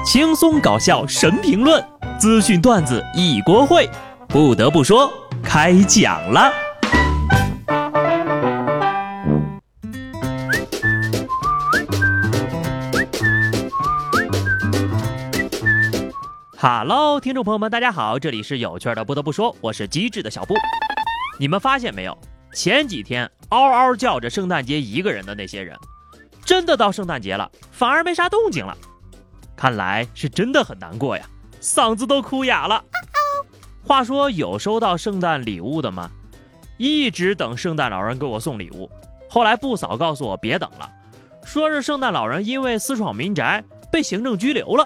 轻松搞笑神评论，资讯段子一锅烩。不得不说，开讲了。Hello， 听众朋友们，大家好，这里是有趣的。不得不说，我是机智的小布。你们发现没有？前几天嗷嗷叫着圣诞节一个人的那些人，真的到圣诞节了，反而没啥动静了。看来是真的很难过呀，嗓子都哭哑了。话说有收到圣诞礼物的吗？一直等圣诞老人给我送礼物，后来布嫂告诉我别等了，说是圣诞老人因为私闯民宅被行政拘留了。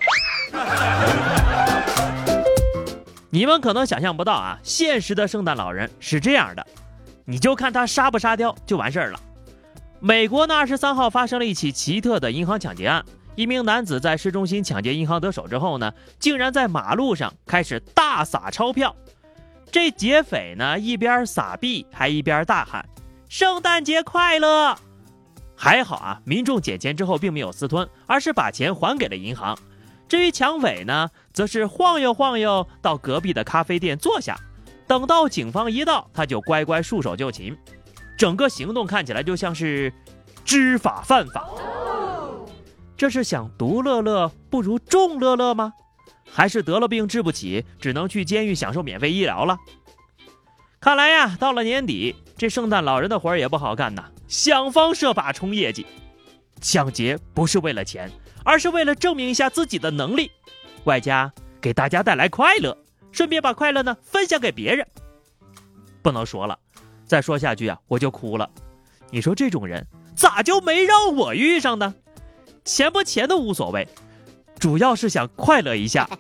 你们可能想象不到啊，现实的圣诞老人是这样的，你就看他杀不杀掉就完事儿了。美国呢23号发生了一起奇特的银行抢劫案，一名男子在市中心抢劫银行得手之后呢，竟然在马路上开始大撒钞票。这劫匪呢一边撒币还一边大喊圣诞节快乐。还好啊，民众捡钱之后并没有私吞，而是把钱还给了银行。至于抢匪呢，则是晃悠晃悠到隔壁的咖啡店坐下，等到警方一到，他就乖乖束手就擒。整个行动看起来就像是知法犯法。这是想独乐乐不如众乐乐吗？还是得了病治不起，只能去监狱享受免费医疗了？看来呀，到了年底，这圣诞老人的活儿也不好干呐，想方设法冲业绩。抢劫不是为了钱，而是为了证明一下自己的能力，外加给大家带来快乐，顺便把快乐呢分享给别人。不能说了，再说下去啊我就哭了。你说这种人咋就没让我遇上呢？钱不钱都无所谓，主要是想快乐一下。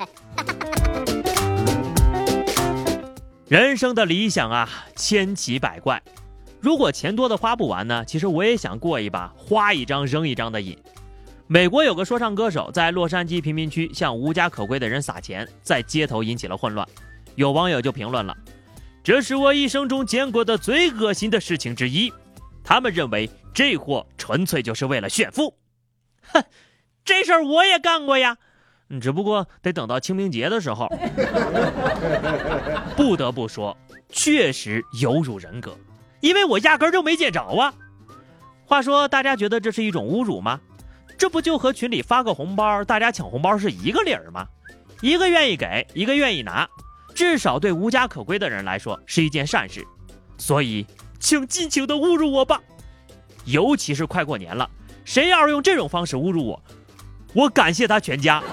人生的理想啊千奇百怪，如果钱多的花不完呢，其实我也想过一把花一张扔一张的瘾。美国有个说唱歌手在洛杉矶贫民区向无家可归的人撒钱，在街头引起了混乱。有网友就评论了，这是我一生中见过的最恶心的事情之一。他们认为这货纯粹就是为了炫富。哼，这事儿我也干过呀，只不过得等到清明节的时候。不得不说，确实有辱人格，因为我压根儿就没见着啊。话说大家觉得这是一种侮辱吗？这不就和群里发个红包大家抢红包是一个理儿吗？一个愿意给，一个愿意拿，至少对无家可归的人来说是一件善事。所以请尽情的侮辱我吧，尤其是快过年了，谁要是用这种方式侮辱我，我感谢他全家。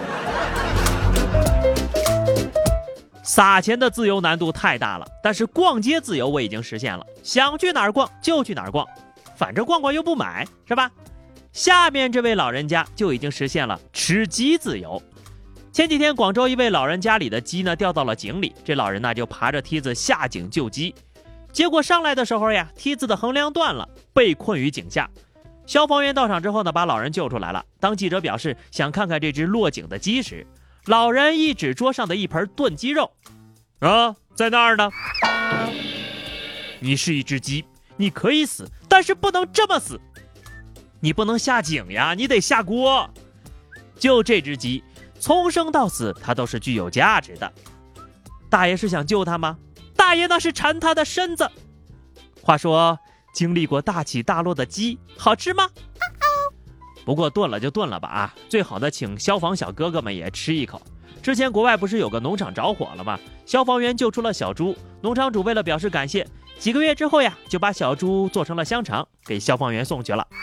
撒钱的自由难度太大了，但是逛街自由我已经实现了，想去哪儿逛就去哪儿逛，反正逛逛又不买，是吧？下面这位老人家就已经实现了吃鸡自由。前几天广州一位老人家里的鸡呢掉到了井里，这老人呢就爬着梯子下井救鸡，结果上来的时候呀，梯子的横梁断了，被困于井下。消防员到场之后呢，把老人救出来了。当记者表示想看看这只落井的鸡时，老人一指桌上的一盆炖鸡肉，在那儿呢。你是一只鸡，你可以死，但是不能这么死。你不能下井呀，你得下锅。就这只鸡，从生到死，它都是具有价值的。大爷是想救它吗？大爷那是馋它的身子。话说，经历过大起大落的鸡好吃吗？不过炖了就炖了吧啊，最好的请消防小哥哥们也吃一口。之前国外不是有个农场着火了吗？消防员救出了小猪，农场主为了表示感谢，几个月之后呀，就把小猪做成了香肠，给消防员送去了。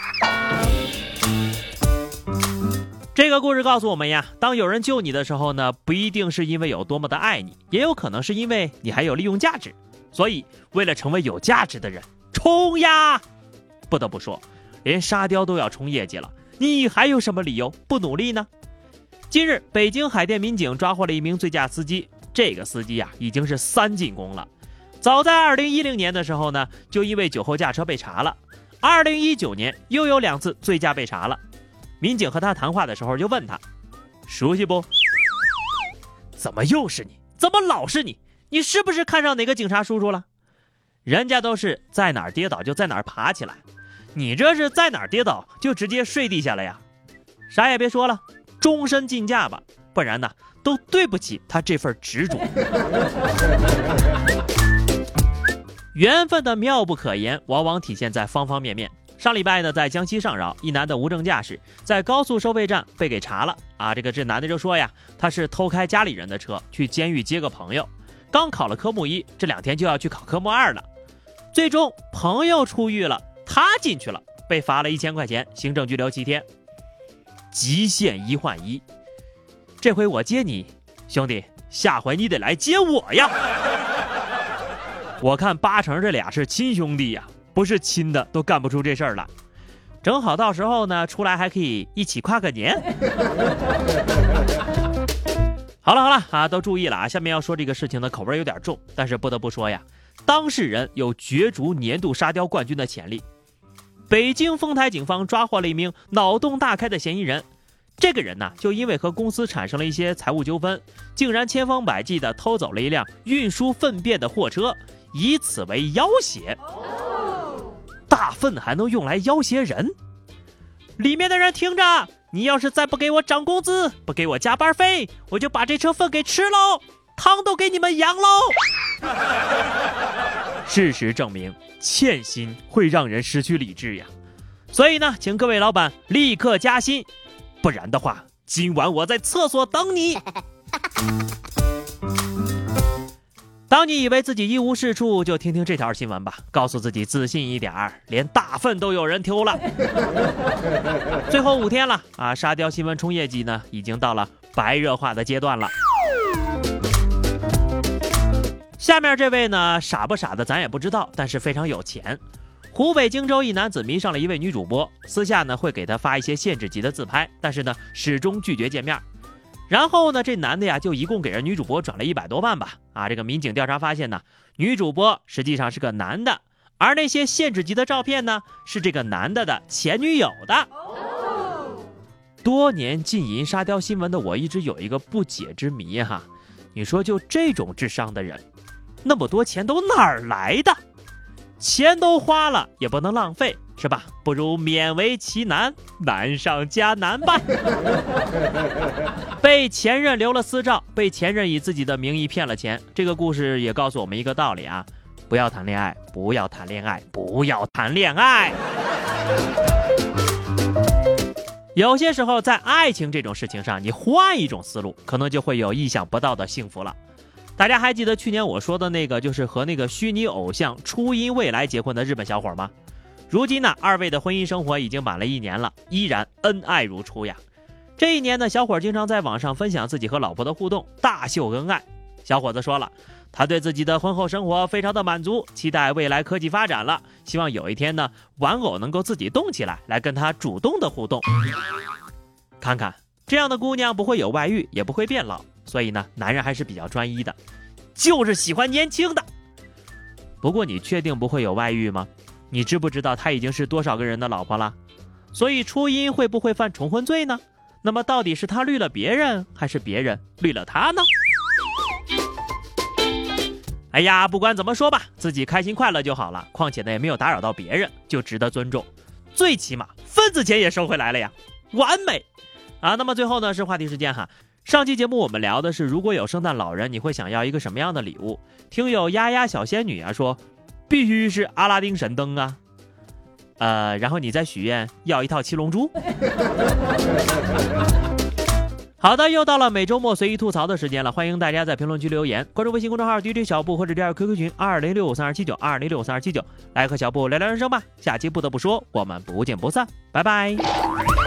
这个故事告诉我们呀，当有人救你的时候呢，不一定是因为有多么的爱你，也有可能是因为你还有利用价值。所以为了成为有价值的人，冲呀！不得不说，连沙雕都要冲业绩了，你还有什么理由不努力呢？近日，北京海淀民警抓获了一名醉驾司机，这个司机已经是3进宫了。早在2010年的时候呢，就因为酒后驾车被查了。2019年又有2次醉驾被查了。民警和他谈话的时候就问他，熟悉不？怎么又是你？怎么老是你？你是不是看上哪个警察叔叔了？人家都是在哪儿跌倒就在哪儿爬起来，你这是在哪儿跌倒就直接睡地下了呀。啥也别说了，终身禁驾吧。 不然呢，都对不起他这份执着。缘分的妙不可言，往往体现在方方面面。上礼拜呢，在江西上饶，一男的无证驾驶在高速收费站被给查了啊。这男的就说呀，他是偷开家里人的车去监狱接个朋友，刚考了科目1，这2天就要去考科目2了。最终朋友出狱了，他进去了，被罚了1000块钱，行政拘留7天。极限1换1，这回我接你，兄弟，下回你得来接我呀。我看8成这俩是亲兄弟呀，不是亲的都干不出这事儿了。正好到时候呢，出来还可以一起跨个年。好了啊，都注意了啊！下面要说这个事情的口味有点重，但是不得不说呀，当事人有角逐年度沙雕冠军的潜力。北京丰台警方抓获了一名脑洞大开的嫌疑人，这个人呢，就因为和公司产生了一些财务纠纷，竟然千方百计地偷走了一辆运输粪便的货车，以此为要挟。大粪还能用来要挟人？里面的人听着，你要是再不给我涨工资，不给我加班费，我就把这车粪给吃喽，汤都给你们扬喽。事实证明，欠薪会让人失去理智呀。所以呢，请各位老板立刻加薪，不然的话，今晚我在厕所等你。当你以为自己一无是处，就听听这条新闻吧，告诉自己自信一点，连大粪都有人偷了。最后5天了啊，沙雕新闻冲业绩呢，已经到了白热化的阶段了。下面这位呢，傻不傻的咱也不知道，但是非常有钱。湖北荆州一男子迷上了一位女主播，私下呢会给她发一些限制级的自拍，但是呢始终拒绝见面。然后呢，这男的呀就一共给人女主播转了100多万吧。啊，这个民警调查发现呢，女主播实际上是个男的，而那些限制级的照片呢，是这个男的的前女友的。多年禁淫沙雕新闻的我一直有一个不解之谜哈，你说就这种智商的人，那么多钱都哪儿来的？钱都花了也不能浪费，是吧？不如勉为其难，难上加难吧。被前任留了私照，被前任以自己的名义骗了钱，这个故事也告诉我们一个道理啊，不要谈恋爱，不要谈恋爱，不要谈恋爱。有些时候在爱情这种事情上，你换一种思路，可能就会有意想不到的幸福了。大家还记得去年我说的那个，就是和那个虚拟偶像初音未来结婚的日本小伙吗？如今呢，2位的婚姻生活已经满了1年了，依然恩爱如初呀。这1年呢，小伙经常在网上分享自己和老婆的互动，大秀恩爱。小伙子说了，他对自己的婚后生活非常的满足，期待未来科技发展了，希望有一天呢，玩偶能够自己动起来，来跟他主动的互动。看看这样的姑娘，不会有外遇，也不会变老，所以呢，男人还是比较专一的，就是喜欢年轻的。不过你确定不会有外遇吗？你知不知道他已经是多少个人的老婆了？所以初音会不会犯重婚罪呢？那么到底是他绿了别人，还是别人绿了他呢？哎呀，不管怎么说吧，自己开心快乐就好了，况且呢也没有打扰到别人，就值得尊重，最起码份子钱也收回来了呀，完美啊！那么最后呢是话题时间哈。上期节目我们聊的是，如果有圣诞老人，你会想要一个什么样的礼物？听友丫丫小仙女啊说，必须是阿拉丁神灯啊。然后你再许愿要一套七龙珠。好的，又到了每周末随意吐槽的时间了，欢迎大家在评论区留言，关注微信公众号 DJ 小布或者第2 QQ 群20653279 20653279，来和小布聊聊人生吧。下期不得不说，我们不见不散，拜拜。